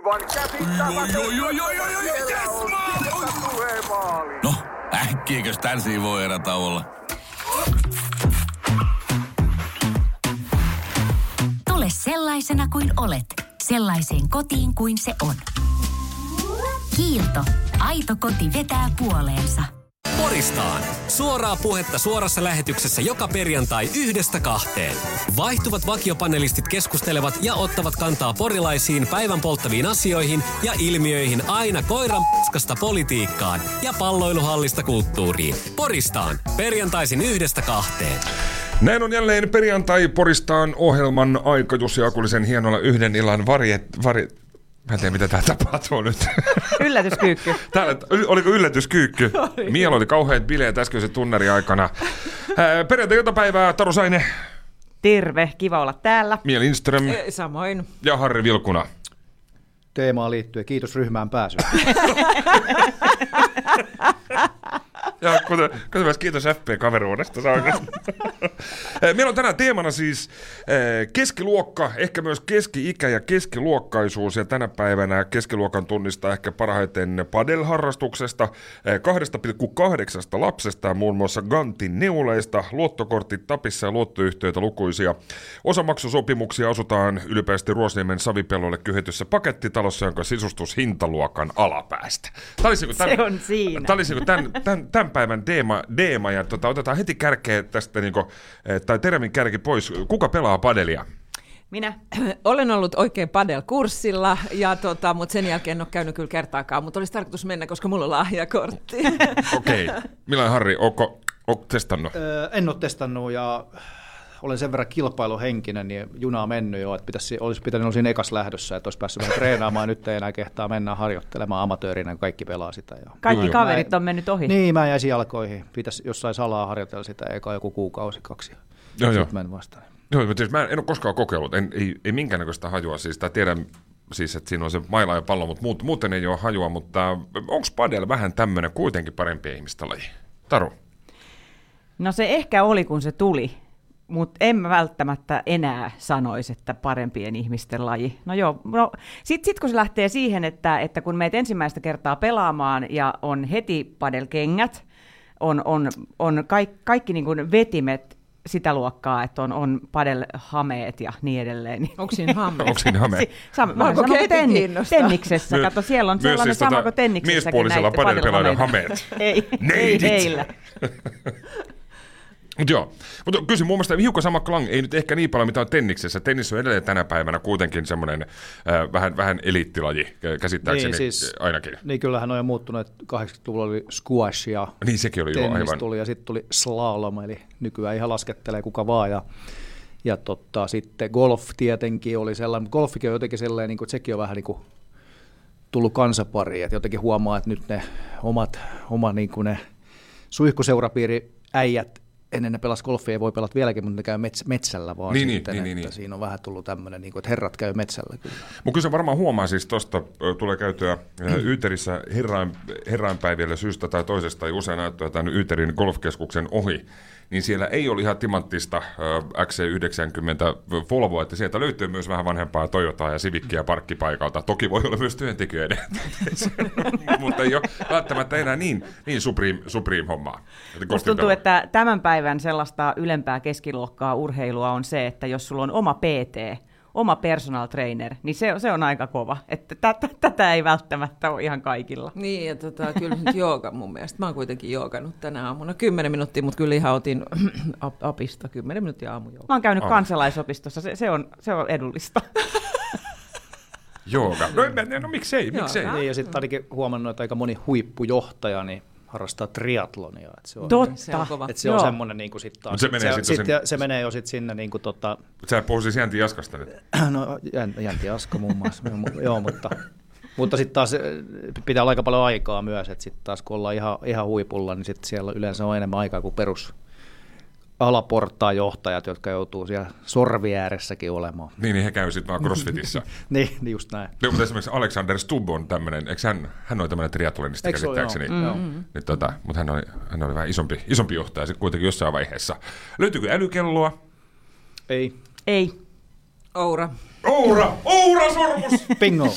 Aivan käsittämätöntä. Tulee maali. No, äkkiäkös tän voi erätä olla? Tule sellaisena kuin olet, sellaiseen kotiin kuin se on. Kiilto. Aito koti vetää puoleensa. Poristaan. Suoraa puhetta suorassa lähetyksessä joka perjantai 1-2. Vaihtuvat vakiopanelistit keskustelevat ja ottavat kantaa porilaisiin päivän polttaviin asioihin ja ilmiöihin aina koiran p***skasta politiikkaan ja palloiluhallista kulttuuriin. Poristaan. Perjantaisin 1-2. Näin on jälleen perjantai Poristaan ohjelman aika. Jussi Akulisen hienolla yhden illan Mä en tiedä, mitä tää tapahtuu nyt. Yllätyskyykky. Oliko yllätyskyykky? Mielo oli kauheat bileet äskeisen tunnari aikana. Perjantai-iltapäivää, Taru Saine. Terve, kiva olla täällä. Mia Lindström. Samoin. Ja Harri Vilkuna. Teemaan liittyen, kiitos ryhmään pääsyä. Ja kuten kiitos FP-kaveruudesta. Meillä on tänään teemana siis keskiluokka, ehkä myös keski-ikä ja keskiluokkaisuus. Ja tänä päivänä keskiluokan tunnistaa ehkä parhaiten padelharrastuksesta, 2,8 lapsesta, muun muassa Gantin neuleista, luottokortit tapissa ja luottoyhtiöitä lukuisia. Osamaksusopimuksia asutaan ylipäästi Ruosniemen Savipellolle kyhetyssä pakettitalossa, jonka sisustus hintaluokan alapäästä. Se on siinä. Tämä olisi tämän päivän deema ja otetaan heti kärkeä tästä, tai termin kärki pois. Kuka pelaa padelia? Minä olen ollut oikein padel-kurssilla, mutta sen jälkeen en ole käynyt kyllä kertaakaan, mutta olisi tarkoitus mennä, koska mulla on lahjakortti. Okei. Millainen Harri, ootko testannut? En ole testannut ja olen sen verran kilpailuhenkinen, niin junaa mennyt jo, että olisi pitänyt olla siinä ekas lähdössä, että olisi päässyt vähän treenaamaan, nyt ei enää kehtaa mennä harjoittelemaan amatöörinä, kun kaikki pelaa sitä. Ja kaikki kaverit on mennyt ohi. Niin, mä jäisin jalkoihin. Pitäisi jossain salaa harjoitella sitä, eka joku kuukausi, 2. Joo. Sitten mä en vastaan. Joo, mä en ole koskaan kokeillut, ei minkäännäköistä hajua, siis tiedän siis, että siinä on se maila ja pallo, mutta muuten ei ole hajua, mutta onko padel vähän tämmöinen kuitenkin parempia ihmistä laji? Taru? No se ehkä oli, kun se tuli. Mutta en mä välttämättä enää sanoisi, että parempien ihmisten laji. No joo, sit kun se lähtee siihen, että kun meet ensimmäistä kertaa pelaamaan ja on heti padelkengät, on kaikki niin kuin vetimet sitä luokkaa, että on padelhameet ja niin edelleen. Onko siinä hameet? Onko siinä hameet? Tenniksessä. Kato, siellä on sellainen siis sama kuin tenniksessäkin. Miespuolisella padelpelaajan hameet. Ei heillä. Joo, mutta kysyn muun muassa hiukan sama klang, ei nyt ehkä niin paljon mitä on tenniksessä. Tennis on edelleen tänä päivänä kuitenkin semmoinen vähän eliittilaji, käsittääkseni niin, siis, ainakin. Niin kyllähän on jo muuttunut, että 80-luvulla oli squash ja niin, sekin oli tennis aivan. Tuli ja sitten tuli slalom, eli nykyään ihan laskettelee kuka vaan. Ja sitten golf tietenkin oli sellainen, mutta golfikin on jotenkin sellainen, että sekin on vähän niin kuin tullut kansapariin, että jotenkin huomaa, että nyt ne oma niin kuin ne suihkuseurapiiri äijät, ennen ne pelas golfia, ei voi pelata vieläkin, mutta ne käy metsällä vaan niin. Siinä on vähän tullut tämmöinen, että herrat käy metsällä kyllä. Mutta kyllä se varmaan huomaa siis tuosta, tulee käytyä Yyterissä herrainpäivillä syystä tai toisesta, tai usein näyttöä tämän Yyterin golfkeskuksen ohi, niin siellä ei ole ihan timanttista XC90 Volvoa, että sieltä löytyy myös vähän vanhempaa Toyotaa ja Civickiä parkkipaikalta. Toki voi olla myös työntekijöiden, mutta ei ole välttämättä enää niin supreme hommaa. Musta tuntuu, että tämän päivän sellaista ylempää keskiluokkaa urheilua on se, että jos sulla on oma PT, oma personal trainer, niin se on aika kova. Että tätä ei välttämättä ole ihan kaikilla. Niin, ja kyllä nyt jooga mun mielestä. Mä oon kuitenkin joogannut tänä aamuna 10 minuuttia, mutta kyllä ihan otin apista 10 minuuttia aamujooga. Mä oon käynyt kansalaisopistossa, se on edullista. Jooga. No miksei? Niin, ja sitten ainakin huomannut, että aika moni huippujohtaja niin harrastaa triathlonia. Totta. Se on semmoinen niin kuin sitten taas. Se menee jo sitten sinne niin kuin Sä puhut siis Jänti Jaskasta nyt. No Jänti Jaska muun muassa. Joo, mutta sitten taas pitää olla aika paljon aikaa myös, että sitten taas kun ollaan ihan huipulla, niin sitten siellä yleensä on enemmän aikaa kuin perus alaportaan johtajat, jotka joutuu siellä sorvi ääressäkin olemaan. Niin he käy sitten vaan CrossFitissa. niin, just näin. No, mutta esimerkiksi Alexander Stubb on tämmöinen, eikö hän oli tämmöinen triathlonista käsittääkseni? Mutta hän oli vähän isompi johtaja sitten kuitenkin jossain vaiheessa. Löytyykö älykelloa? Ei. Oura. Oura sormus! Bingo.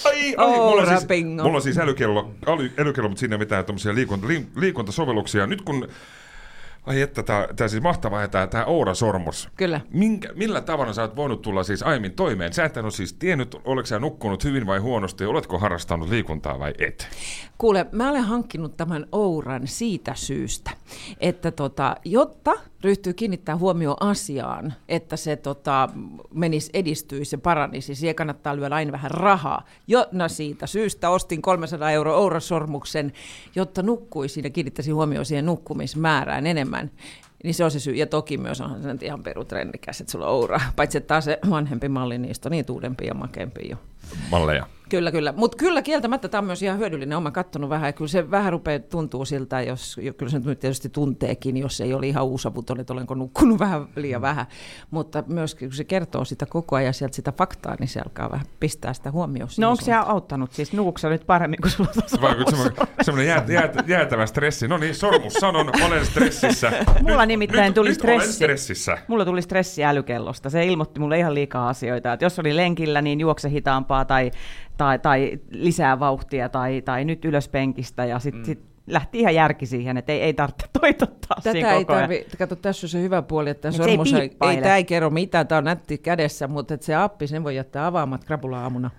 Mulla on siis älykello, mutta siinä ei mitään tämmöisiä liikuntasovelluksia. Nyt kun ai että, tämä siis mahtavaa, tämä Oura-sormus. Kyllä. Millä tavalla sä oot voinut tulla siis aiemmin toimeen? Sä et ole siis tiennyt, oletko sä nukkunut hyvin vai huonosti, oletko harrastanut liikuntaa vai et? Kuule, mä olen hankkinut tämän Ouran siitä syystä, että jotta ryhtyy kiinnittää huomioon asiaan, että se menisi, edistyisi ja paranisi, siihen kannattaa lyödä aina vähän rahaa. Siitä syystä ostin 300 € Oura-sormuksen, jotta nukkuisin ja kiinnittäisin huomioon siihen nukkumismäärään enemmän. Niin se on se syy. Ja toki myös onhan se ihan perutrendikäs, että sulla on Oura. Paitsi että taas se vanhempi malli, niistä on niin uudempi ja makempi jo. Malleja. Kyllä. Mutta kyllä kieltämättä tämä on myös ihan hyödyllinen. Olen katsonut vähän ja kyllä se vähän rupeaa tuntuu siltä, kyllä se nyt tietysti tunteekin, jos ei ole ihan uusavuton, että olenko nukkunut vähän liian vähän. Mutta myöskin kun se kertoo sitä koko ajan sieltä sitä faktaa, niin se alkaa vähän pistää sitä huomioon. No onko se auttanut siis? Nukuuko se nyt paremmin kuin sulla tuossa? Semmoinen jäätävä stressi. No niin, sormus sanon, olen stressissä. Mulla nimittäin tuli stressissä. Mulla tuli stressi älykellosta. Se ilmoitti mulle ihan liikaa asioita. Että jos oli lenkillä, niin juokse hitaampaa tai lisää vauhtia tai nyt ylös penkistä ja sitten lähti ihan järki siihen, että ei tarvitse toitottaa siinä koko ajan. Kato, tässä on se hyvä puoli, että sormus tämä ei kerro mitään, tämä on nätti kädessä, mutta se appi, sen voi jättää avaamat krapula-aamuna.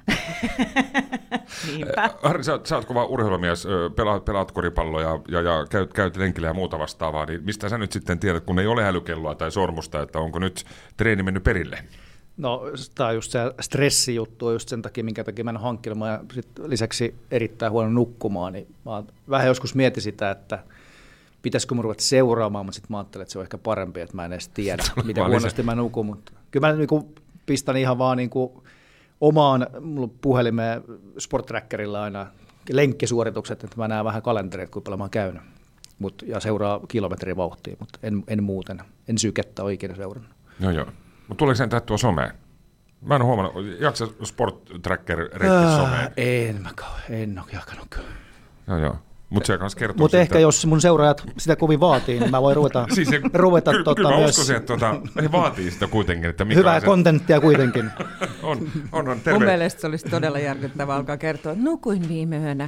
Niinpä. Harri, sä oot kova urheilumies, pelaat koripalloa ja käyt lenkillä ja muuta vastaavaa, niin mistä sä nyt sitten tiedät, kun ei ole älykelloa tai sormusta, että onko nyt treeni mennyt perille? No, tämä on just se stressijuttu, on just sen takia, minkä takia mä en ole hankkinut. Mä lisäksi erittäin huono nukkumaan, niin mä vähän joskus mietin sitä, että pitäisikö mun ruveta seuraamaan, mutta sitten mä ajattelin, että se on ehkä parempi, että mä en edes tiedä, miten huonosti mä nukun. Mutta kyllä mä niinku pistän ihan vaan niinku omaan puhelimeen Sport-trackerilla aina lenkkisuoritukset, että mä näen vähän kalentereita, kuinka paljon mä oon käynyt. Ja seuraa kilometrin vauhtia, mutta en muuten. En sykettä oikein seurannut. Joo. Mutta tuleeko sen täyttyä someen? Mä en ole huomannut, jaksa Sport-tracker-reitti someen? En ole jakanut kyllä. Joo. Mutta se kanssa kertoo Mutta ehkä jos mun seuraajat sitä kovin vaatii, niin mä voin ruveta kyllä mä myös... uskoisin, että he vaatii sitä kuitenkin. Että hyvää kontenttia kuitenkin. on mun mielestä se olisi todella järkyttävää alkaa kertoa, että nukuin viime yönä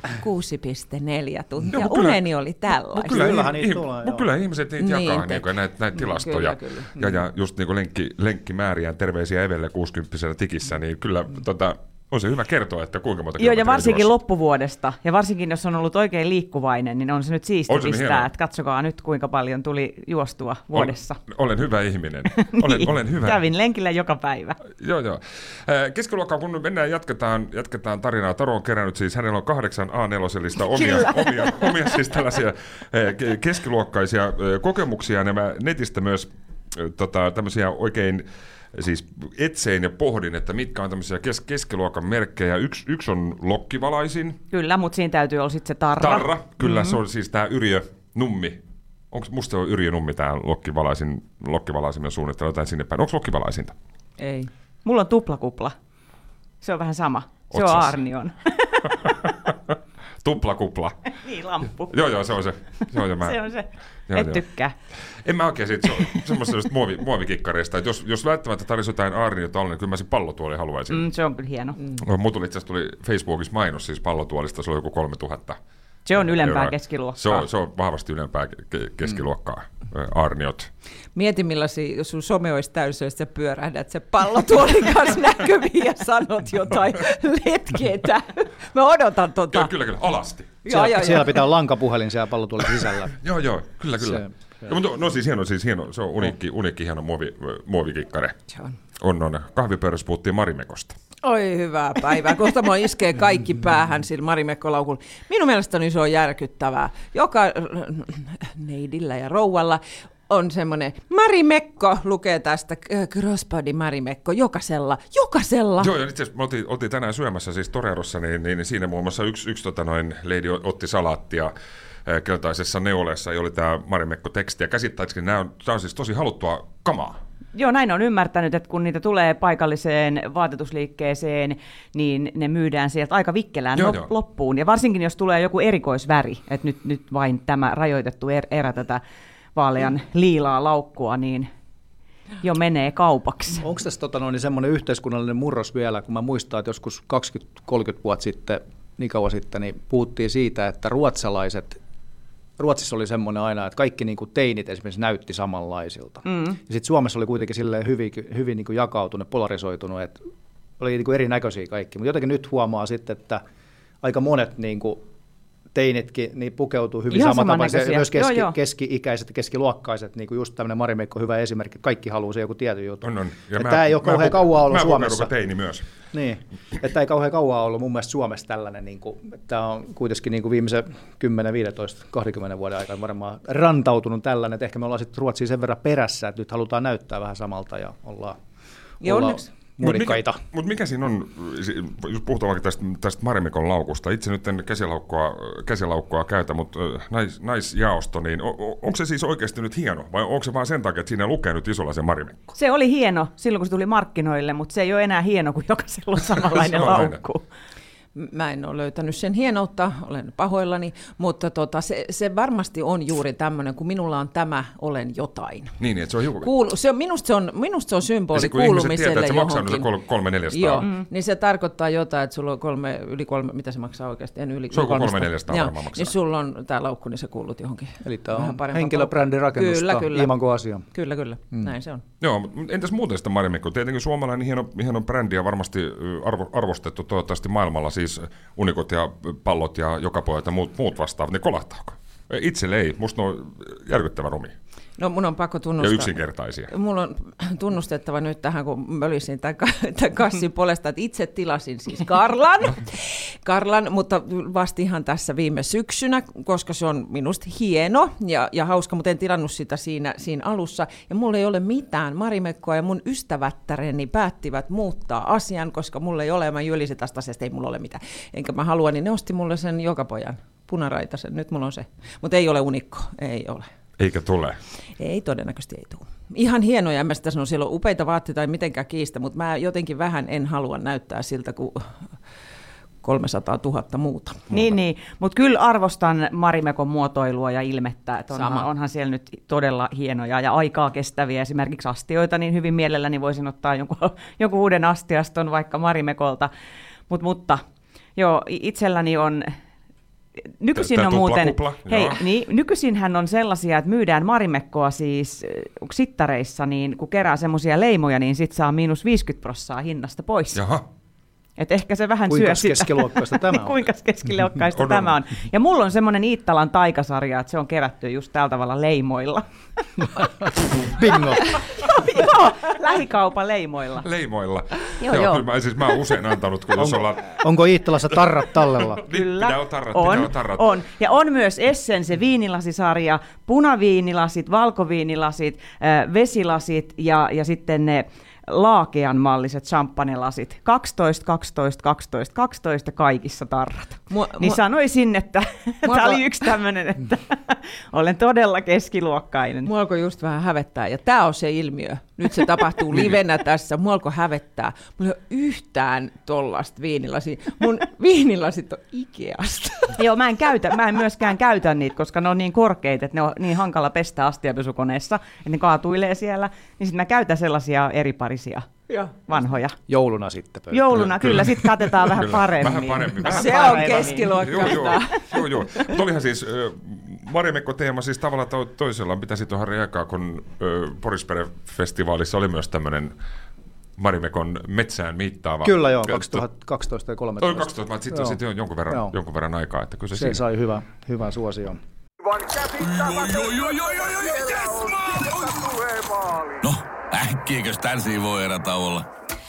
6,4 tuntia. No, uneni oli tällaista. Kyllä ihmiset niitä jakaa, näitä tilastoja. Kyllä. Ja just niin kuin lenkkimääriä, terveisiä Evelle 60-vuotiaana tikissä, niin kyllä on se hyvä kertoa, että kuinka monta ja varsinkin loppuvuodesta, ja varsinkin jos on ollut oikein liikkuvainen, niin on se nyt siisti pistää, että katsokaa nyt kuinka paljon tuli juostua vuodessa. Olen hyvä ihminen. Olen hyvä. Kävin lenkillä joka päivä. Joo. Keskiluokkaan, kun mennään, jatketaan tarinaa. Taro on kerännyt siis, hänellä on 8 A4-lista omia siis tällaisia keskiluokkaisia kokemuksia, nämä netistä myös tämmöisiä oikein siis etsein ja pohdin, että mitkä on tämmöisiä keskiluokan merkkejä. Yksi on lokkivalaisin. Kyllä, mutta siinä täytyy olla sitten se tarra. Kyllä, se on siis tämä Yrjö Nummi. Onko musta on Yrjö Nummi tämä lokkivalaisimmen suunnittelu jotain sinne päin? Onko lokkivalaisinta? Ei. Mulla on tuplakupla. Se on vähän sama. Se on Aarnion. Tuplakupla. Niin, lamppu. Joo, se on se. Se on se. Et tykkää. En mä oikein siitä semmoisesta muovikikkareista, että jos välttämättä tarvitsisi jotain Aarniota alle, niin kyllä mä sen pallotuoli haluaisin. Se on kyllä hieno. Mun tuli itse asiassa Facebookissa mainos siis pallotuolista, se oli joku 3000. Se on ylempää keskiluokkaa. Se on vahvasti ylempää keskiluokkaa, Aarniot. Mieti millaisia, jos sun some olisi täysin, jos sä pyörähdät se pallotuolin kanssa näkyviin ja sanot jotain letkeetä. Mä odotan Joo, kyllä, alasti. Siellä pitää olla lankapuhelin siellä pallotuolin sisällä. Joo, kyllä. Siis hieno, se on uniikki hieno muovikikkare. On. Kahvipöydässä puhuttiin Marimekosta. Oi hyvää päivää. Kohta mua iskee kaikki päähän sillä Marimekko-laukulla. Minun mielestäni se on järkyttävää. Joka neidillä ja rouvalla on semmoinen Marimekko, lukee tästä crossbody Marimekko, jokaisella. Joo, ja itse asiassa me oltiin tänään syömässä siis Torerossa, niin siinä muun muassa yksi lady otti salaattia keltaisessa neuleessa, ja oli tämä Marimekko-teksti, ja käsittääkseni tämä on siis tosi haluttua kamaa. Joo, näin on ymmärtänyt, että kun niitä tulee paikalliseen vaatetusliikkeeseen, niin ne myydään sieltä aika vikkelään loppuun. Ja varsinkin, jos tulee joku erikoisväri, että nyt vain tämä rajoitettu erä tätä vaalean liilaa laukkua, niin jo menee kaupaksi. Onko tässä semmoinen yhteiskunnallinen murros vielä, kun mä muistan, että joskus 20-30 vuotta sitten, niin kauan sitten, niin puhuttiin siitä, että Ruotsissa oli semmoinen aina, että kaikki niin kuin teinit esimerkiksi näytti samanlaisilta. Ja sitten Suomessa oli kuitenkin hyvin niin kuin jakautunut, polarisoitunut, että oli niin kuin erinäköisiä kaikki. Mutta jotenkin nyt huomaa sitten, että aika monet niin kuin teinitkin niin pukeutuu hyvin samantapaisia, myös keski-ikäiset ja keskiluokkaiset, niin kuin just tämmöinen Marimekko hyvä esimerkki, kaikki haluaa se joku tietyn juttu. Tämä ei ole kauhean kauan ollut Suomessa. Mä teini myös. Niin, että tämä ei kauhean kauan ollut mun mielestä Suomessa tällainen, niin kuin, tämä on kuitenkin niin kuin viimeisen 10, 15, 20 vuoden aikana varmaan rantautunut tällainen, että ehkä me ollaan sitten Ruotsiin sen verran perässä, että nyt halutaan näyttää vähän samalta ja ollaan muodikkaita. Mutta mikä siinä on, jos puhutaan vaikka tästä Marimekon laukusta, itse nyt en käsilaukkoa käytä, mutta naisjaosto, niin onko se siis oikeasti nyt hieno, vai onko se vaan sen takia, että siinä lukee nyt isolla se Marimekko? Se oli hieno silloin, kun se tuli markkinoille, mutta se ei ole enää hieno, kun jokaisella on samanlainen laukku. Mä en ole löytänyt sen hienoutta, olen pahoillani, mutta se varmasti on juuri tämmöinen, kun minulla on tämä, olen jotain. Niin, että se on joku. Minusta se on symboli kuulumiselle johonkin. Joo, niin se tarkoittaa jotain, että sulla on yli 3, mitä se maksaa oikeasti? Se on 300-400 varmaan maksaa. Niin sulla on tämä laukku, niin sä kuulut johonkin. Eli tämä on henkilöbrändin rakennusta, imago asia. Kyllä, näin se on. Joo, entäs muuten sitä Marimekko? Tietenkin suomalainen hieno brändi ja varmasti arvostettu toivottavasti maailmalla. Siis unikot ja pallot ja jokapojat ja muut vastaavat, ne kolahtaako? Itselle ei, musta ne on järkyttävä rumi. No mun on pakko tunnustaa. Ja yksinkertaisia. Mulla on tunnustettava nyt tähän, kun mölisin tämän kassin puolesta, että itse tilasin siis Karlan, mutta vasta ihan tässä viime syksynä, koska se on minusta hieno ja hauska, mutta en tilannut sitä siinä alussa. Ja mulla ei ole mitään Marimekkoa ja mun ystävättäreni päättivät muuttaa asian, koska mulla ei ole, mä jylisin tästä asiasta, ei mulla ole mitään. Enkä mä halua, niin ne osti mulle sen jokapojan, punaraitasen, nyt mulla on se. Mutta ei ole unikko, ei ole. Eikä tule. Ei, todennäköisesti ei tule. Ihan hienoja, en mä sitä sano, siellä on upeita vaatteita tai mitenkään kiistä, mutta mä jotenkin vähän en halua näyttää siltä kuin 300 000 muuta. Niin, mutta kyllä arvostan Marimekon muotoilua ja ilmettä, että onhan siellä nyt todella hienoja ja aikaa kestäviä esimerkiksi astioita, niin hyvin mielelläni voisin ottaa jonkun uuden astiaston vaikka Marimekolta, mutta joo, itselläni on. Nykyisin on muuten, nykyisinhän on sellaisia, että myydään Marimekkoa siis sittareissa, niin kun kerää semmoisia leimoja, niin sit saa -50% hinnasta pois. Jaha. Et ehkä se vähän syö sitä. Keskiluokkaista tämä on? Kuinka keskiluokkaista tämä on? Ja mulla on semmoinen Iittalan taikasarja, että se on kerätty just tällä tavalla leimoilla. Bingo! Joo, lähikaupan leimoilla. Leimoilla. Joo. Kyllä mä oon usein antanut, kun jos ollaan. Onko Iittalassa tarrat tallella? Kyllä, pitää tarrat. On. Ja on myös Essence viinilasisarja, punaviinilasit, valkoviinilasit, vesilasit ja sitten ne Laakean malliset champagnelasit. 12 kaikissa tarrat. Niin sanoisin, että tämä oli yksi tämmöinen, että olen todella keskiluokkainen. Mua alkoi just vähän hävettää, ja tämä on se ilmiö. Nyt se tapahtuu livenä tässä. Mua alkoi hävettää. Mulla ei ole yhtään tollasta viinilasia. Mun viinilasit on Ikeasta. Joo, mä en myöskään käytä niitä, koska ne on niin korkeita, että ne on niin hankala pestä astiapesukoneessa, että ne kaatuilee siellä. Niin sitten mä käytän sellaisia eriparisia vanhoja. Jouluna sitten pöytään. Jouluna, kyllä. Sitten katetaan vähän paremmin. Se on keskiluokkaista. Joo. Mutta olihan siis Marimekko-teema siis tavallaan toisella. Pitäisi tuohon aikaa, kun Porispere-festivaalissa oli myös tämmöinen Marimekon metsään miittaava. Kyllä joo, 2012 ja 2013. 2012, sitten se on jonkun verran aikaa. Että kyllä se sai hyvän suosion. No, äkkiäkös tän voi erätä olla?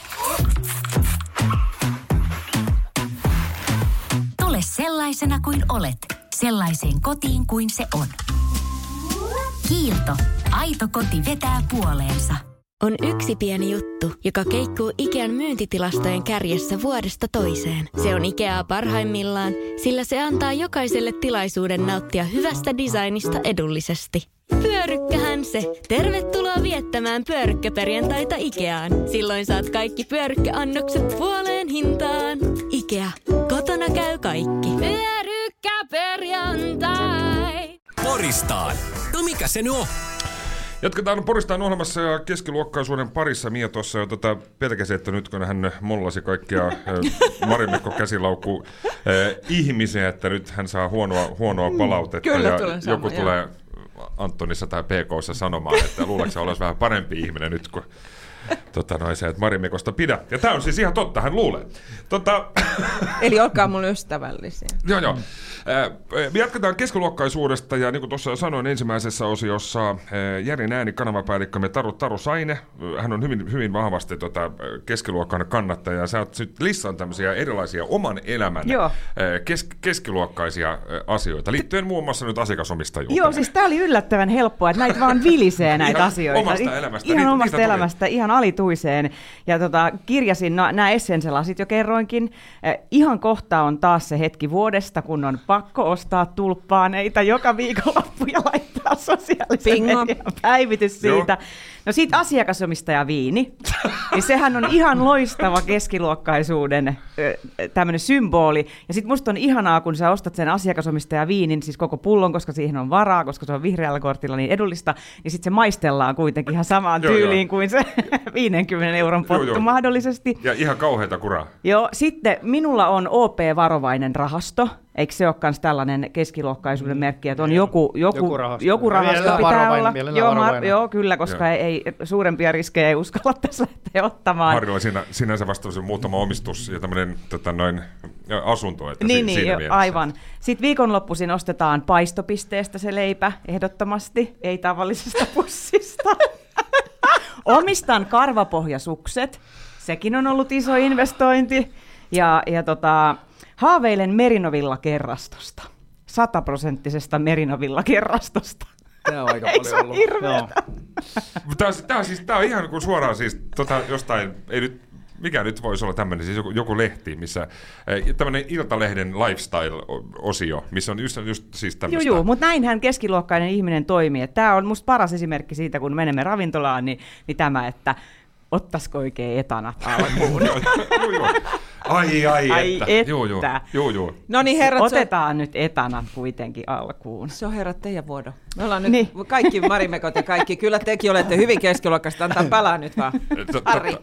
Tule sellaisena kuin olet, sellaiseen kotiin kuin se on. Kiilto. Aito koti vetää puoleensa. On yksi pieni juttu, joka keikkuu Ikean myyntitilastojen kärjessä vuodesta toiseen. Se on Ikeaa parhaimmillaan, sillä se antaa jokaiselle tilaisuuden nauttia hyvästä designista edullisesti. Pyörykkähän se! Tervetuloa viettämään pyörykkäperjantaita Ikeaan. Silloin saat kaikki pyörykkäannokset puoleen hintaan. Ikea. Kotona käy kaikki. Pyörykkäperjantai! Poristaan. No mikä se nyt on? Jatketaan Poristaan ohjelmassa ja keskiluokkaisuuden parissa. Mia tuossa jo pelkäsi, että nyt kun hän mollasi kaikkia Marimekko käsilaukku ihmisiä, että nyt hän saa huonoa palautetta. Kyllä ja tulee joku sama, tulee Antonissa tai PK:ssa sanomaan, että luuleeko sä olisi vähän parempi ihminen nyt, kun sä et Marimekosta pidä. Ja tämä on siis ihan totta, hän luulee. Eli olkaa mulle ystävällisiä. Joo. Me jatketaan keskiluokkaisuudesta, ja niin kuin tuossa sanoin ensimmäisessä osiossa, Järin ääni kanavapäällikkömme Taru Saine, hän on hyvin vahvasti keskiluokkan kannattaja, ja sä oot listan tämmöisiä erilaisia oman elämän keskiluokkaisia asioita, liittyen muun muassa nyt asiakasomistajuuteen. Joo, siis tää oli yllättävän helppoa, että näitä vaan vilisee näitä ihan asioita. Omasta elämästä. Ihan omasta elämästä, ihan alituiseen. Ja kirjasin nämä Essence-lasit jo kerroinkin. Ihan kohta on taas se hetki vuodesta, kun on pakko ostaa tulppaaneita joka viikonloppu ja laittaa sosiaalisen median päivitys siitä. Joo. No siitä asiakasomistaja viini, niin sehän on ihan loistava keskiluokkaisuuden tämmöinen symboli. Ja sitten musta on ihanaa, kun sä ostat sen asiakasomistaja viinin, siis koko pullon, koska siihen on varaa, koska se on vihreällä kortilla niin edullista, niin sitten se maistellaan kuitenkin ihan samaan tyyliin kuin se 50 euron pottu mahdollisesti. Ja ihan kauheita kuraa. Joo, sitten minulla on OP-varovainen rahasto. Eikö se ole myös tällainen keskiluokkaisuuden merkki, että on joku rahasto pitää olla? Joo, kyllä, koska ei suurempia riskejä ei uskalla tässä lähteä ottamaan. Harjalla sinänsä vasta muutama omistus ja tämmöinen asunto. Että niin, aivan. Sitten viikonloppuisin ostetaan paistopisteestä se leipä, ehdottomasti, ei tavallisesta pussista. Omistan karvapohjasukset, sekin on ollut iso investointi. Ja haaveilen Merinovilla-kerrastosta, 100% Merinovilla-kerrastosta. Tämä on aika paljon ollut. Hirveetä. Tämä on ihan kuin suoraan siis jostain, ei nyt, mikä nyt voisi olla tämmöinen, siis joku lehti, missä tämmöinen Iltalehden lifestyle-osio, missä on just siis tämmöistä. Joo, mutta näinhän keskiluokkainen ihminen toimii. Tämä on musta paras esimerkki siitä, kun menemme ravintolaan, niin tämä, että ottaisiko oikein etanat alkuun. Joo. Ai että. Joo. No niin, herrat. Otetaan nyt etanat kuitenkin alkuun. Se on herrat teidän vuodo. Me ollaan nyt kaikki Marimekot ja kaikki. Kyllä tekin olette hyvin keskiluokkaista. Antaa palaa nyt vaan. Ari.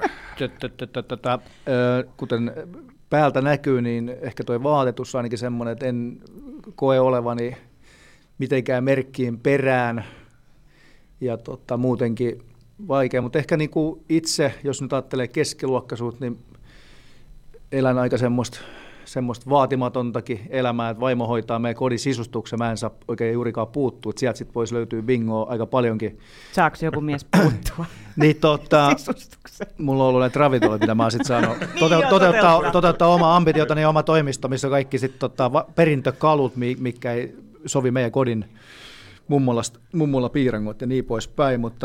Kuten päältä näkyy, niin ehkä toi vaatetus on ainakin semmoinen, että en koe olevani mitenkään merkkiin perään. Ja muutenkin vaikea, mutta ehkä niinku itse, jos nyt ajattelee keskiluokkaisuutta, niin elän aika semmoista vaatimatontakin elämää, että vaimo hoitaa meidän kodin sisustuksen, mä en saa oikein juurikaan puuttua, että sieltä sitten voisi löytyä bingoa aika paljonkin. Saako joku mies puuttua niin sisustukseen? Mulla on ollut näitä ravintoloita, mitä mä oon sitten saanut toteuttaa oma ambitiotani ja oma toimisto, missä on kaikki sitten perintökalut, mitkä ei sovi meidän kodin mummolla piirangot ja niin poispäin, mutta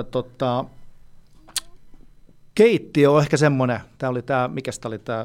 keittiö on ehkä semmoinen, mikäs tämä oli tämä,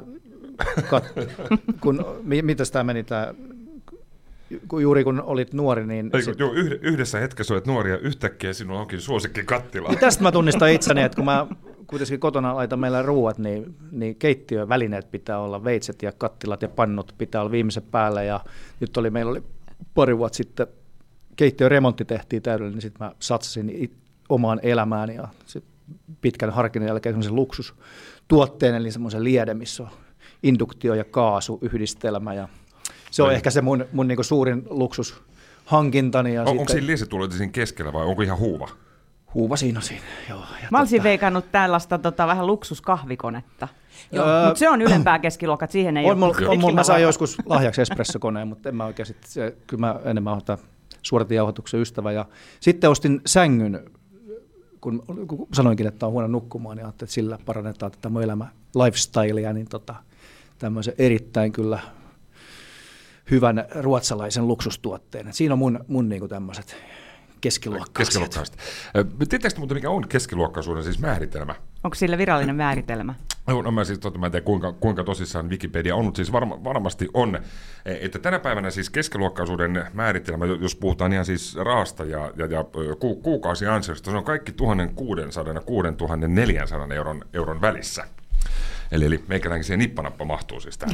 mitäs tämä meni tämä, juuri kun olit nuori, niin... Yhdessä hetkessä olet nuori ja yhtäkkiä sinulla onkin suosikkikattila. Niin tästä mä tunnistan itseni, että kun mä kuitenkin kotona laitan meillä ruuat, niin keittiövälineet pitää olla, veitset ja kattilat ja pannut pitää olla viimeisen päällä, ja nyt meillä oli pari vuotta sitten keittiöremontti tehtiin täydellinen, niin sitten mä satsasin omaan elämääni ja pitkän harkinnan jälkeen semmoisen luksustuotteen, eli semmoisen lieden, missä on induktio- ja kaasuyhdistelmä, ja se on ehkä se mun niinku suurin luksushankintani. Onko siinä liesitulot siinä keskellä vai onko ihan huuva? Huuva siinä on siinä, joo. Mä olisin veikannut tällaista vähän luksuskahvikonetta. Mutta se on ylempää keskiluokkaa, että siihen ei ole. Mä sain joskus lahjaksi espressokoneen, mutta en mä oikein kyllä mä enemmän olen suodatejauhoituksen ystävä. Ja sitten ostin sängyn, kun sanoinkin, että on huono nukkumaan, niin ajattelin, että sillä parannetaan tätä mun elämän lifestylea, niin tämmöisen erittäin kyllä hyvän ruotsalaisen luksustuotteen. Et siinä on mun niinku tämmöiset keskiluokkaiset. Tiedätkö muuten, mikä on keskiluokkaisuuden siis määritelmä? Onko sillä virallinen määritelmä? No mä en tiedä kuinka tosissaan Wikipedia on, mutta siis varmasti on, että tänä päivänä siis keskiluokkaisuuden määritelmä, jos puhutaan ihan siis rahasta ja kuukausiansiosta, se on kaikki 1600 ja 6400 euron välissä. Eli meikäläänkin siihen nippanappa mahtuu siis tähän.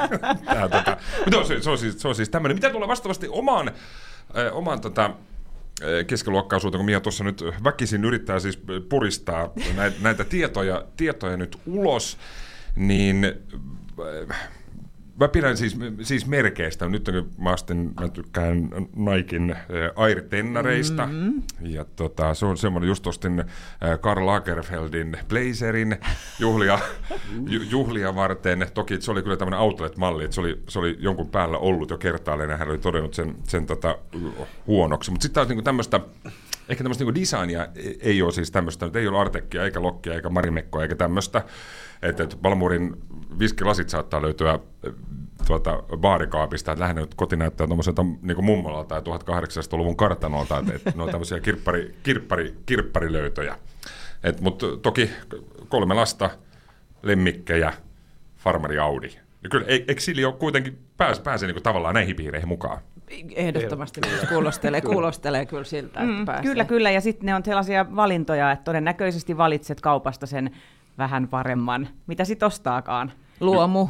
Se on siis tämmöinen. Mitä tulee vastaavasti omaan keskiluokkaisuuteen, kun Mia tuossa nyt väkisin yrittää siis puristaa näitä tietoja nyt ulos, niin mä pidän siis merkeistä. Nyt mä tykkään Niken Air-tennareista. Ja se on semmoinen, just ostin Karl Lagerfeldin blazerin juhlia varten. Toki se oli kyllä tämmöinen outlet-malli, että se oli jonkun päällä ollut jo kertaalleen, ja hän oli todennut sen huonoksi. Mutta sitten taas niinku tämmöistä, ehkä tämmöistä niinku designia ei ole siis tämmöistä, nyt ei ole Artekkia, eikä Lokkia, eikä Marimekkoa, eikä tämmöistä. Että Balmurin viskilasit saattaa löytyä baarikaapista, että lähinnä nyt koti näyttää tuommoiselta niin mummolalta ja 1800-luvun kartanolta, että ne on tämmöisiä kirpparilöytöjä. Mutta toki 3 lasta, lemmikkejä, farmari Audi. Ja kyllä, eikö Silja ole kuitenkin pääse niin tavallaan näihin piireihin mukaan? Ehdottomasti kuulostelee kyllä siltä, että pääsee. Kyllä, ja sitten ne on sellaisia valintoja, että todennäköisesti valitset kaupasta sen vähän paremman, mitä sit ostaakaan. Luomu.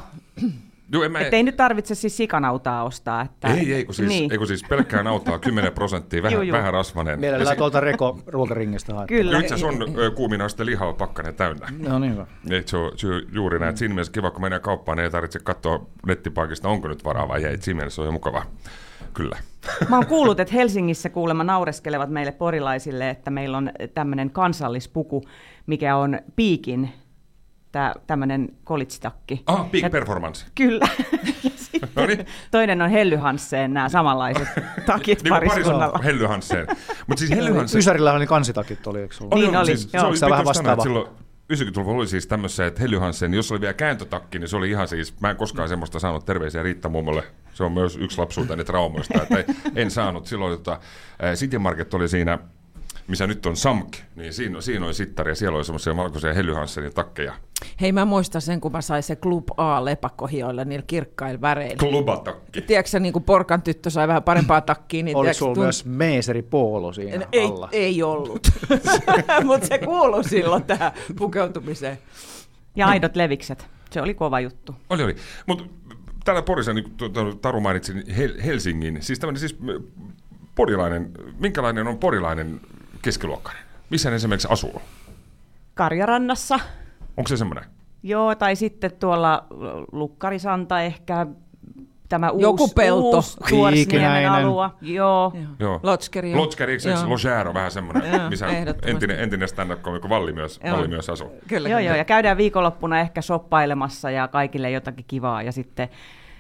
Että ei nyt tarvitse siis sikanautaa ostaa. Että ei, kun siis pelkkään autaa 10%, vähän rasvainen. Mielellään tuolta ruokaringistä haettu. Kyllä. Itse asiassa on kuuminaista lihaa pakkanen täynnä. No niin hyvä. Se on juuri näin. Siinä mielessä kiva, kun menee kauppaan, niin ei tarvitse katsoa nettipaikista, onko nyt varaa vai ei. Siinä mielessä on jo mukava. Kyllä. Mä oon kuullut, että Helsingissä kuulemma naureskelevat meille porilaisille, että meillä on tämmöinen kansallispuku, mikä on Peakin, tämmöinen kolitstakki. Peak Performance. Kyllä. Ja sitten toinen on Helly Hansen, nämä samanlaiset takit pariskunnalla. Helly Hansen. Mutta siis Helly Hansen... Ysärillä oli kansitakit, oli, eikö sulla? Niin oli, siis, joo. Se on vähän vastaava. 90-luvulla oli siis tämmössä, että Helly Hansen, jos oli vielä kääntötakki, niin se oli ihan siis, mä en koskaan semmoista saanut, terveisiä Riitta mummolle. Se on myös yksi lapsuuteni traumoista, että en saanut. Silloin City Market oli siinä, missä nyt on Samk, niin siinä oli sittari ja siellä oli semmoisia valkoisia Helly Hansenin takkeja. Hei, mä muistan sen, kun mä sain se Club A-lepakkohioilla niillä kirkkailla väreillä. Klubatakki. Tiedätkö niin kuin Porkan tyttö sai vähän parempaa takkiin. Niin oliko sulla myös meeseri poolo siinä alla? Ei ollut, mutta se kuului silloin tähän pukeutumiseen. Ja aidot levikset, se oli kova juttu. Oli. Mutta täällä Porissa, niin Taru mainitsi Helsingin, siis tämmöinen siis porilainen, minkälainen on porilainen keskiluokkainen? Missä ne esimerkiksi asuu? Karjarannassa. Onko se semmoinen? Joo, tai sitten tuolla Lukkarisanta ehkä, tämä joku pelto. Tuorsniemen alue. Joo. Lotskeri. Logère on vähän semmoinen, missä entinen stand-up-komikko Valli myös asuu. Kyllä. Joo, ja käydään viikonloppuna ehkä shoppailemassa ja kaikille jotakin kivaa, ja sitten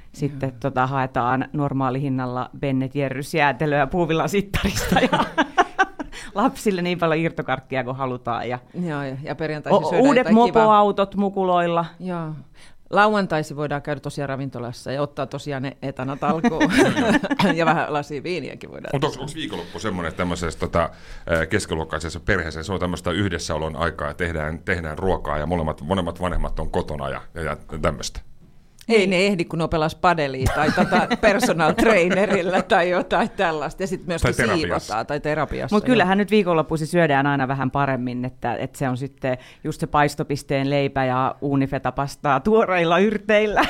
haetaan normaalihinnalla Bennet Jerrys-jäätelöä puuvillan sittarista ja lapsille niin paljon irtokarkkia kuin halutaan. Ja perjantaisin syödään uudet mopoautot mukuloilla. Joo. Lauantaisi voidaan käydä tosiaan ravintolassa ja ottaa tosiaan ne etanat alkuun. Ja vähän lasia viiniäkin voidaan. Mutta onko viikonloppu semmoinen, että tämmöisessä keskiluokkaisessa perheessä se on tämmöistä yhdessäolon aikaa ja tehdään ruokaa ja molemmat vanhemmat on kotona ja tämmöistä? Ei ne ehdi, kun ne pelas padelia tai personal trainerilla tai jotain tällaista. Ja sitten myöskin siivotaan tai terapiassa. Mutta kyllähän nyt viikonloppuisin syödään aina vähän paremmin, että se on sitten just se paistopisteen leipä ja uunifetapastaa tuoreilla yrteillä.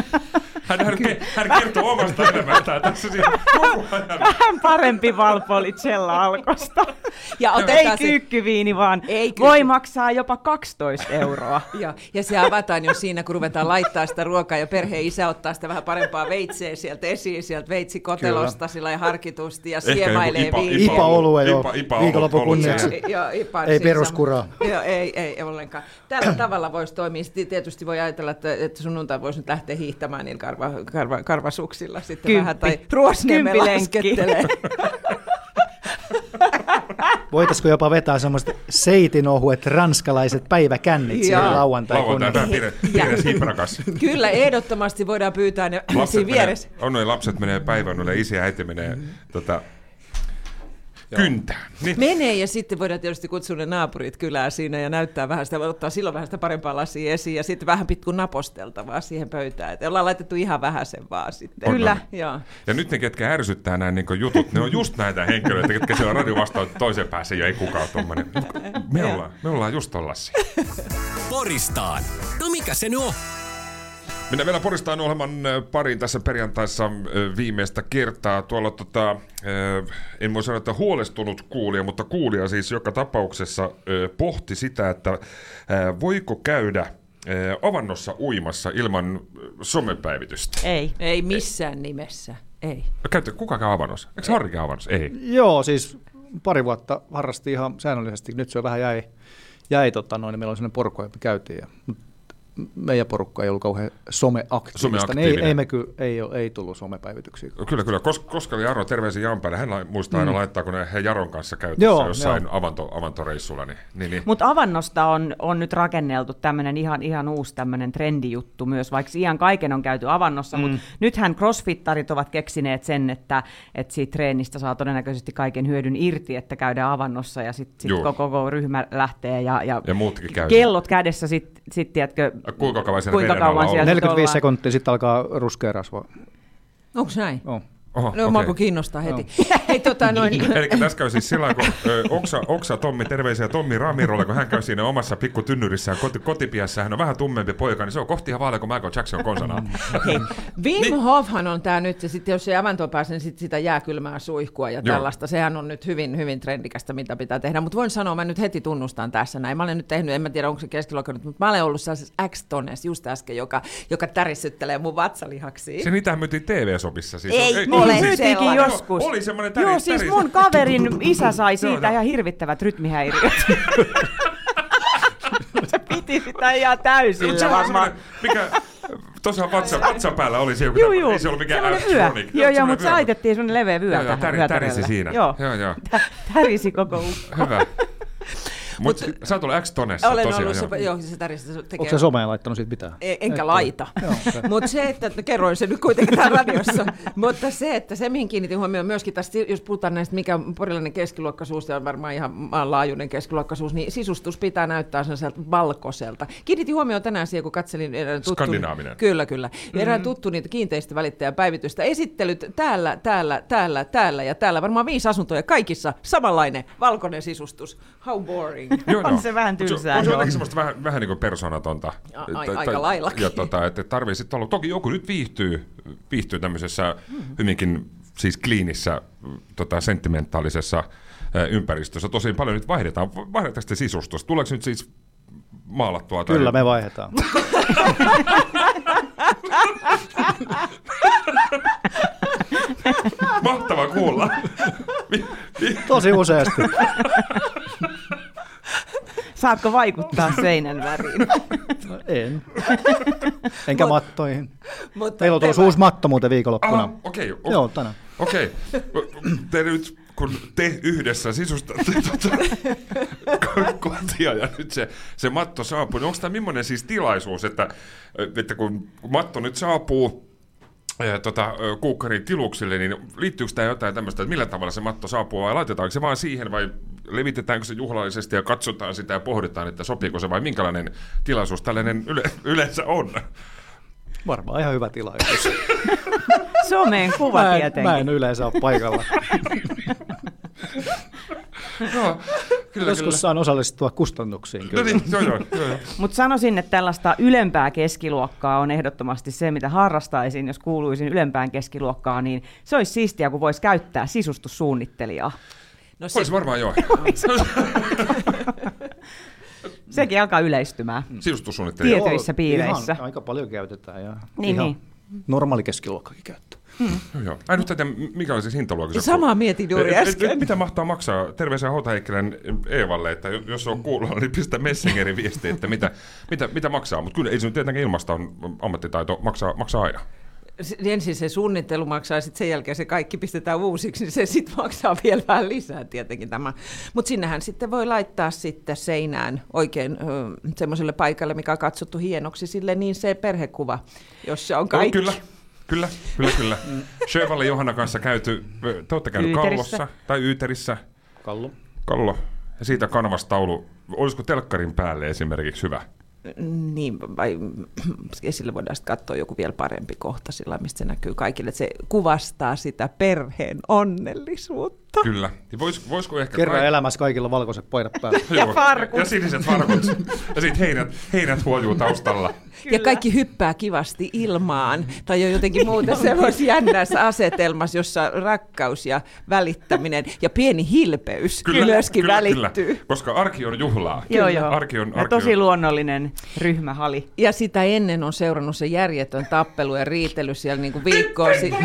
Hän kertoo omasta elämästään tässä vähän parempi Valpolicella alkosta. Ja ei kyykkyviini, vaan voi maksaa jopa 12 €. Ja se avataan jo siinä, kun ruvetaan laittaa sitä ruokaa ja perheen isä ottaa sitä vähän parempaa veitseä sieltä esiin, sieltä veitsikotelosta sillä harkitusti ja siemailee viiniä. IPA-olue jo viikonlopun kunniaksi. Ei peruskuraa. Joo, ei ollenkaan. Tällä tavalla voisi toimia. Sitten tietysti voi ajatella, että sunnuntai voisi nyt lähteä hiihtämään niillä karvasuksilla sitten vähän, tai Ruosniemen laskettelee. Voitaisiko jopa vetää semmoiset seitinohuet ranskalaiset päiväkännit siellä lauantai-kunnan? Hiiprakas. Kyllä, ehdottomasti voidaan pyytää ne siinä vieressä. Lapset menee päivännulle, isi ja äiti menee kyntään. Niin. Menee ja sitten voidaan tietysti kutsua ne naapurit kylään siinä ja näyttää vähän sitä, ottaa silloin vähän sitä parempaa lasia esiin ja sitten vähän pitkin naposteltavaa siihen pöytään. Et ollaan laitettu ihan vähäsen vaan sitten. Kyllä. Ja nyt ne, ketkä ärsyttää nämä niin jutut, ne on just näitä henkilöitä, ketkä siellä radiovastaut toisen päässä ja ei kukaan tommoinen. Me ollaan just tollasia. Poristaan. No mikä se nyt on? Minä vielä poristaan ohjelman pariin tässä perjantaissa viimeistä kertaa. Tuolla en voi sanoa, että huolestunut kuulija, mutta kuulija siis joka tapauksessa pohti sitä, että voiko käydä avannossa uimassa ilman somepäivitystä. Ei missään nimessä, ei. Kuka käy avannossa? Eikö Harri käy avannossa? Ei. Joo, siis pari vuotta harrasti ihan säännöllisesti. Nyt se on vähän jäi niin meillä oli sellainen porukka, joka käytiin. Meidän porukka ei ollut kauhean someaktiivista. Ei tullut somepäivityksiä. Kyllä. Koska oli Jarno, terveisiä Janpäälle. Hän muistaa aina laittaa, kun he Jaron kanssa käytössä jossain avantoreissulla. Niin. Mutta avannosta on nyt rakenneltu tämmöinen ihan uusi tämmöinen trendijuttu myös, vaikka ihan kaiken on käyty avannossa, mutta nythän crossfittarit ovat keksineet sen, että siitä treenistä saa todennäköisesti kaiken hyödyn irti, että käydään avannossa ja sitten koko ryhmä lähtee ja muutkin käy. Kellot kädessä sitten tiedätkö, kuinka kauan siellä 45 sekuntia, sitten alkaa ruskea rasva. Onko näin? On. Mä kiinnostaa heti. Eli tässä käy siis sillä kun Oksa Tommi, terveisiä Tommi Ramirolle, kun hän käy siinä omassa pikkutynnyrissään kotipiässä, hän on vähän tummempi poika, niin se on kohti ihan vaalea kuin Michael Jackson konsanaan. Wim Hofhan on tämä nyt, ja sitten jos se avantoon pääsee, niin sitä jääkylmää suihkua ja tällaista. Sehän on nyt hyvin, hyvin trendikästä, mitä pitää tehdä. Mutta voin sanoa, mä nyt heti tunnustan tässä näin. Mä olen nyt tehnyt, en mä tiedä onko se keskiluokka nyt, mutta mä olen ollut sellaisessa X-Tones just äsken, joka tärissyttelee mun vatsalihaksia. Se niitähän myytiin TV-sopissa. Siis myytiinkin joskus. Oli semmoinen Joo, siis mun kaverin isä sai siitä ihan hirvittävät rytmihäiriöt. Se piti sitä ihan täysillä varmaan. Mikä tuossa vatsan päällä oli se joku, ei se ollut mikään F-tronic. Joo, mutta se laitettiin semmoinen leveä vyö tähän. Tärisi siinä. Joo. Tärisi koko ukko. Hyvä. Mutta sä oot ollut X-Tonessa tosiaan. Olen ollut se täristä. Onko se someen laittanut siitä mitään? Enkä laita. Mutta se, että kerroin sen nyt kuitenkin täällä radiossa. Mutta se, että se mihin kiinnitin huomioon myöskin tästä, jos puhutaan näistä, mikä on porilainen keskiluokkaisuus ja on varmaan ihan maanlaajuinen keskiluokkaisuus, niin sisustus pitää näyttää sellaiselta valkoiselta. Kiinnitin huomioon tänään siihen, kun katselin erään tuttu. Skandinaaminen. Kyllä. Erään tuttu niitä kiinteistövälittäjäpäivitystä. Esittelyt täällä ja täällä. Varmaan 5 asuntoja kaikissa samanlainen valkoinen sisustus. How boring. On se vähän tylsää. On se jotenkin semmoista vähän niin kuin persoonatonta. Aika laillakin. Ja että tarvii sitten olla. Toki joku nyt viihtyy tämmöisessä hyvinkin siis kliinissä sentimentaalisessa ympäristössä. Tosin paljon nyt vaihdetaan sitä sisustusta. Tuleeko nyt siis maalattua? Kyllä me vaihdetaan. Mahtava kuulla. Tosi useasti. Saatko vaikuttaa seinän väriin? No, en. Enkä mattoihin. Meillä on tuossa uusi matto muuten viikonloppuna. Okei. Joo, tänään. Okei. Te nyt, kun te yhdessä sisustatte kotia ja nyt se matto saapuu, niin onko tämä millainen siis tilaisuus, että kun matto nyt saapuu kuukkarin tiluksille, niin liittyykö tämä jotain tämmöistä, että millä tavalla se matto saapuu, vai laitetaanko se vaan siihen, vai levitetäänkö se juhlallisesti ja katsotaan sitä ja pohditaan, että sopiiko se, vai minkälainen tilaisuus tällainen yleensä on? Varmaan ihan hyvä tilaisuus. Someen kuva tietenkin. Mä en yleensä ole paikalla. No, Joskus saan osallistua kustannuksiin. No niin, joo. Mutta sanoisin, että tällaista ylempää keskiluokkaa on ehdottomasti se, mitä harrastaisin, jos kuuluisin ylempään keskiluokkaan, niin se olisi siistiä, kun voisi käyttää sisustussuunnittelijaa. No olisi varmaan joo. Sekin alkaa yleistymään. Sisustussuunnittelija. Tietyissä piireissä. Ihan aika paljon käytetään ja niin. Normaali keskiluokkakin käyttää. Joo. Ai nyt tiedä, mikä on siis hintaluokissa. Samaa mietin juuri äsken. Mitä mahtaa maksaa? Terveisiä Houta-Heikkilän Eevalle, että jos on kuullut, niin pistä Messengerin viesti, että mitä maksaa. Mutta kyllä ei se nyt tietenkin ilmasta on ammattitaito maksaa aina. Ensin se suunnittelu maksaa ja sitten sen jälkeen se kaikki pistetään uusiksi, niin se sitten maksaa vielä vähän lisää tietenkin tämä. Mutta sinnehän sitten voi laittaa sitten seinään oikein semmoiselle paikalle, mikä on katsottu hienoksi sille, niin se perhekuva, jos se on kaikki. Kyllä. Sjövalle Johanna kanssa käyty, te olette käynyt Kallossa tai Yyterissä. Kallo. Ja siitä kanvastaulu. Olisiko telkkarin päälle esimerkiksi hyvä? Niin, vai esille voidaan sitten katsoa joku vielä parempi kohta sillä, mistä se näkyy kaikille. Että se kuvastaa sitä perheen onnellisuutta. Kyllä. Voisiko ehkä... Kerran elämässä kaikilla valkoiset paidat päällä. Ja farkut. Ja siniset farkut. Ja sitten heinät huojuu taustalla. Kyllä. Ja kaikki hyppää kivasti ilmaan. Tai on jotenkin muuten semmoisessa jännässä asetelmassa, jossa rakkaus ja välittäminen ja pieni hilpeys myöskin välittyy. Kyllä. Koska arki on juhlaa. Joo. Arki on tosi luonnollinen ryhmähali. Ja sitä ennen on seurannut se järjetön tappelu ja riitely siellä niin kuin viikkoa sitten.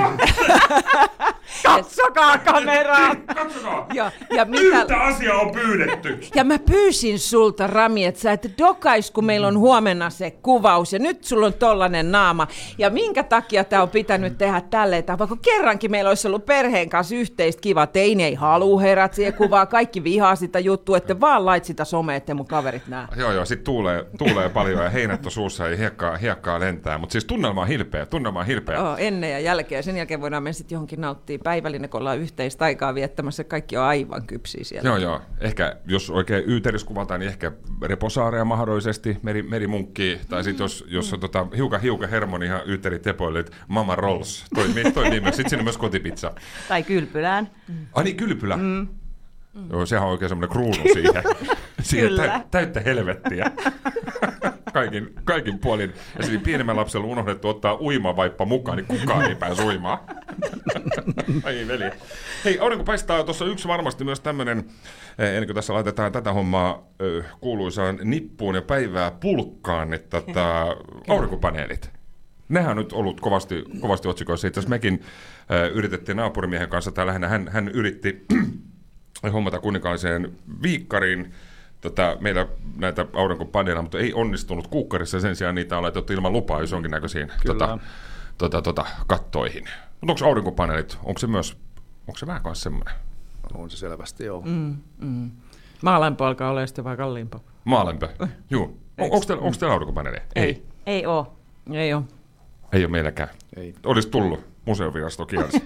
Katsokaa kameraan! Katsokaa! Ja yhtä asiaa on pyydetty! Ja mä pyysin sulta, Rami, että sä et dokais, kun meillä on huomenna se kuvaus, ja nyt sulla on tollanen naama. Ja minkä takia tää on pitänyt tehdä tälleen, vaikka kerrankin meillä olisi ollut perheen kanssa yhteistä kiva. Teini ei halua herät siihen kuvaa, kaikki vihaa sitä juttua, että vaan lait sitä somea, ettei mun kaverit nää. Joo, sit tuulee paljon ja heinät on suussa ja hiekkaa lentää, mutta siis tunnelma on hilpeä. Ennen ja jälkeen, sen jälkeen voidaan mennä sitten johonkin nauttia päivällinen, kun ollaan yhteistä aikaa viettämässä, kaikki on aivan kypsiä siellä. Joo. Ehkä jos oikein yyterissä kuvataan, niin ehkä reposaareja mahdollisesti, merimunkkia, tai sitten jos on hiukan hermoni ihan yyteri tepoille, että Mama Rolls, toimii myös. Sitten siinä myös kotipizza. Tai kylpylään. Ai niin, kylpylä. Joo, sehän on oikein semmoinen kruunu siihen täyttä helvettiä. Kaikin puolin. Ja sitten pienemmän lapsella on unohdettu ottaa uimavaippa mukaan, niin kukaan ei pääse uimaan. Ai veli. Hei, aurinko paistaa tuossa yksi varmasti myös tämmöinen, ennen kuin tässä laitetaan tätä hommaa kuuluisaan nippuun ja päivää pulkkaan, että aurinkopaneelit. Nehän on nyt ollut kovasti otsikoissa. Itse asiassa mekin yritettiin naapurimiehen kanssa, tai lähinnä hän yritti hommata kuninkaaseen viikkariin meillä näitä aurinkopaneeleja, mutta ei onnistunut kuukkarissa, sen sijaan niitä on laitettu ilman lupaa, jos jonkinnäköisiin kattoihin. Mutta onko aurinkopaneelit, onko se vähän kanssa semmoinen? On se selvästi, joo. Maalämpö alkaa olla sitten vai kalliimpaa. Maalämpö, joo. Onko teillä aurinkopaneeleja? Ei ole. Ei ole meilläkään. Ei. Olisi tullut. Museovirasto kielsi.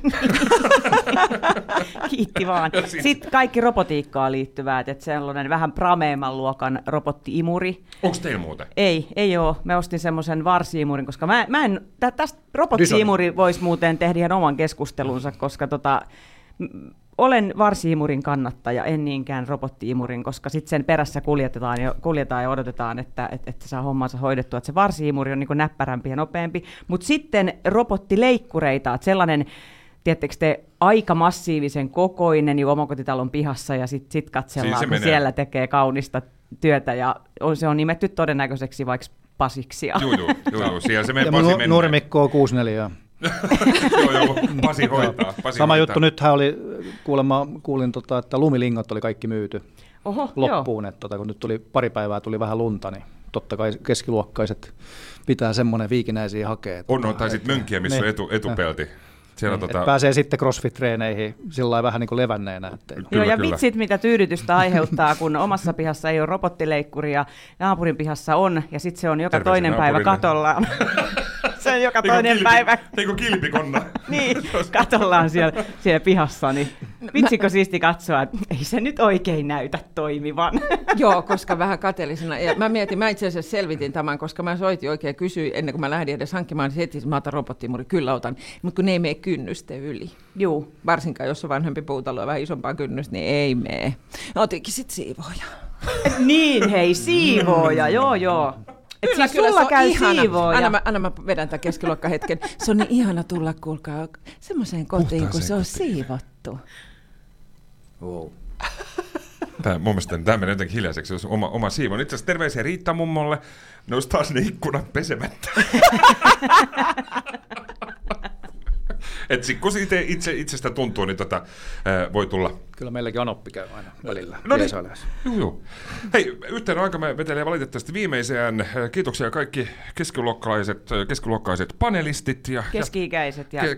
Kiitti vaan. Sitten kaikki robotiikkaan liittyvät, että sellainen vähän prameemman luokan robotti-imuri. Onko teillä muuten? Ei ole. Mä ostin semmoisen varsi-imurin, koska tästä robotti-imuri voisi muuten tehdä ihan oman keskustelunsa, koska olen varsi-imurin kannattaja, en niinkään robotti-imurin, koska sitten sen perässä kuljetaan ja odotetaan, että saa hommansa hoidettua, että se varsi-imuri on niin kuin näppärämpi ja nopeampi. Mutta sitten robottileikkureita, että sellainen, tiedättekö te, aika massiivisen kokoinen jo omakotitalon pihassa ja sitten katsellaan, kun siellä tekee kaunista työtä ja se on nimetty todennäköiseksi vaikka Pasiksia. Joo, siellä se menee Pasi mennään. Nurmikko on 64. Joo, Pasi hoitaa. Sama juttu, nythän oli, kuulin, että lumilingot oli kaikki myyty loppuun, että kun nyt tuli pari päivää tuli vähän lunta, niin totta kai keskiluokkaiset pitää semmoinen viikinäisiä hakea. Tai sitten mönkkiä, missä on etupelti. Pääsee sitten crossfit-treeneihin sillä lailla vähän niin kuin levänneenä. Kyllä. Vitsit, mitä tyydytystä aiheuttaa, kun omassa pihassa ei ole robottileikkuri ja naapurin pihassa on, ja sitten se on joka toinen päivä katollaan. Se on joka toinen päivä. Niin kuin kilpikonna. Niin, katollaan siellä pihassa. Niin vitsikö siisti katsoa, että ei se nyt oikein näytä toimivan. Joo, koska vähän kateellisena. Ja mä itse asiassa selvitin tämän, koska mä soitin oikein ja kysyin ennen kuin mä lähdin edes hankkimaan, niin heti mä otan robottimuri, kyllä otan. Mutta kun ne ei mene kynnysten yli. Joo. Varsinkaan, jos on vanhempi puutalo ja vähän isompaa kynnystä, niin ei mene. Otinkin sit siivooja. Niin, hei, siivooja, joo. Kyllä, sulla käy siivooja. Anna mä vedän tämän keskiluokkahetken. Se on niin ihana tulla, kuulkaa, semmoiseen kotiin, kun se on siivottu. Wow. Mun mielestä tämä menee jotenkin hiljaiseksi, jos oma siivo. Itse asiassa terveisiä Riitta-mummolle. Ne olisi taas ne ikkunat pesemättä. Et kun itsestä tuntuu, niin voi tulla. Kyllä meilläkin on oppi käy aina välillä. No niin. Joo. Hei, yhteen aika me vetelee valitettavasti viimeiseen. Kiitoksia kaikki keskiluokkaiset panelistit. Keski-ikäiset ja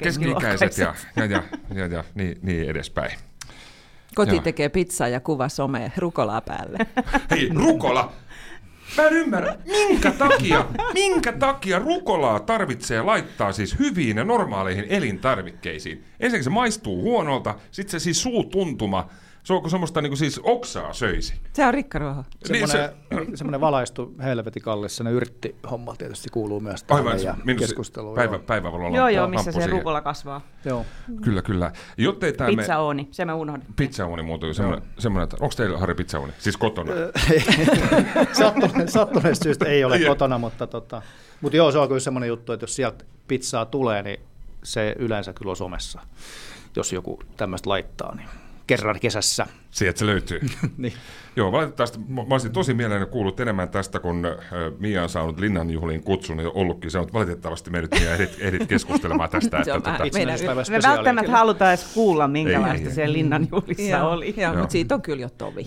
ja niin edespäin. Koti tekee pizzaa ja kuva somea rukolaa päälle. Hei, rukola! Mä en ymmärrä, minkä takia rukolaa tarvitsee laittaa siis hyviin ja normaaleihin elintarvikkeisiin. Ensinnäkin se maistuu huonolta, sitten se siis suutuntuma Se onko semmoista niin kuin siis oksaa söisi? Se on rikkaruoho. Semmoinen valaistu helvetikallis, semmoinen yrttihomma tietysti kuuluu myös tähän ja keskusteluun. Päivävalolla. Joo, missä se rukola kasvaa. Joo. Kyllä. Pizzaoni, se mä unohdin. Pizzaoni muuten, semmoinen, että onko teillä, Harri, pizzaoni? Siis kotona? Sattuneesta syystä ei ole kotona, mutta joo, se on kyllä semmoinen juttu, että jos sieltä pizzaa tulee, niin se yleensä kyllä on somessa, jos joku tämmöistä laittaa, niin kerran kesässä. Sieltä se löytyy. Niin. Joo, valitettavasti mä olisin tosi mielelläni kuullut enemmän tästä, kun Mia on saanut Linnanjuhliin kutsun ja ollutkin se, mutta valitettavasti me nyt ehdit keskustelemaan tästä. Me välttämättä halutaan edes kuulla, minkälaista siellä Linnanjuhlissa oli. Joo, mutta siitä on kyllä jo tovi.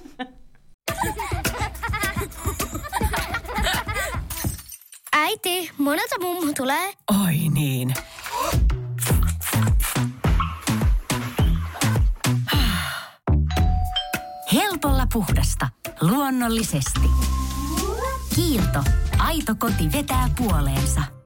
Äiti, monelta mummu tulee? Oi niin. Helpolla puhdasta. Luonnollisesti. Kiilto. Aito koti vetää puoleensa.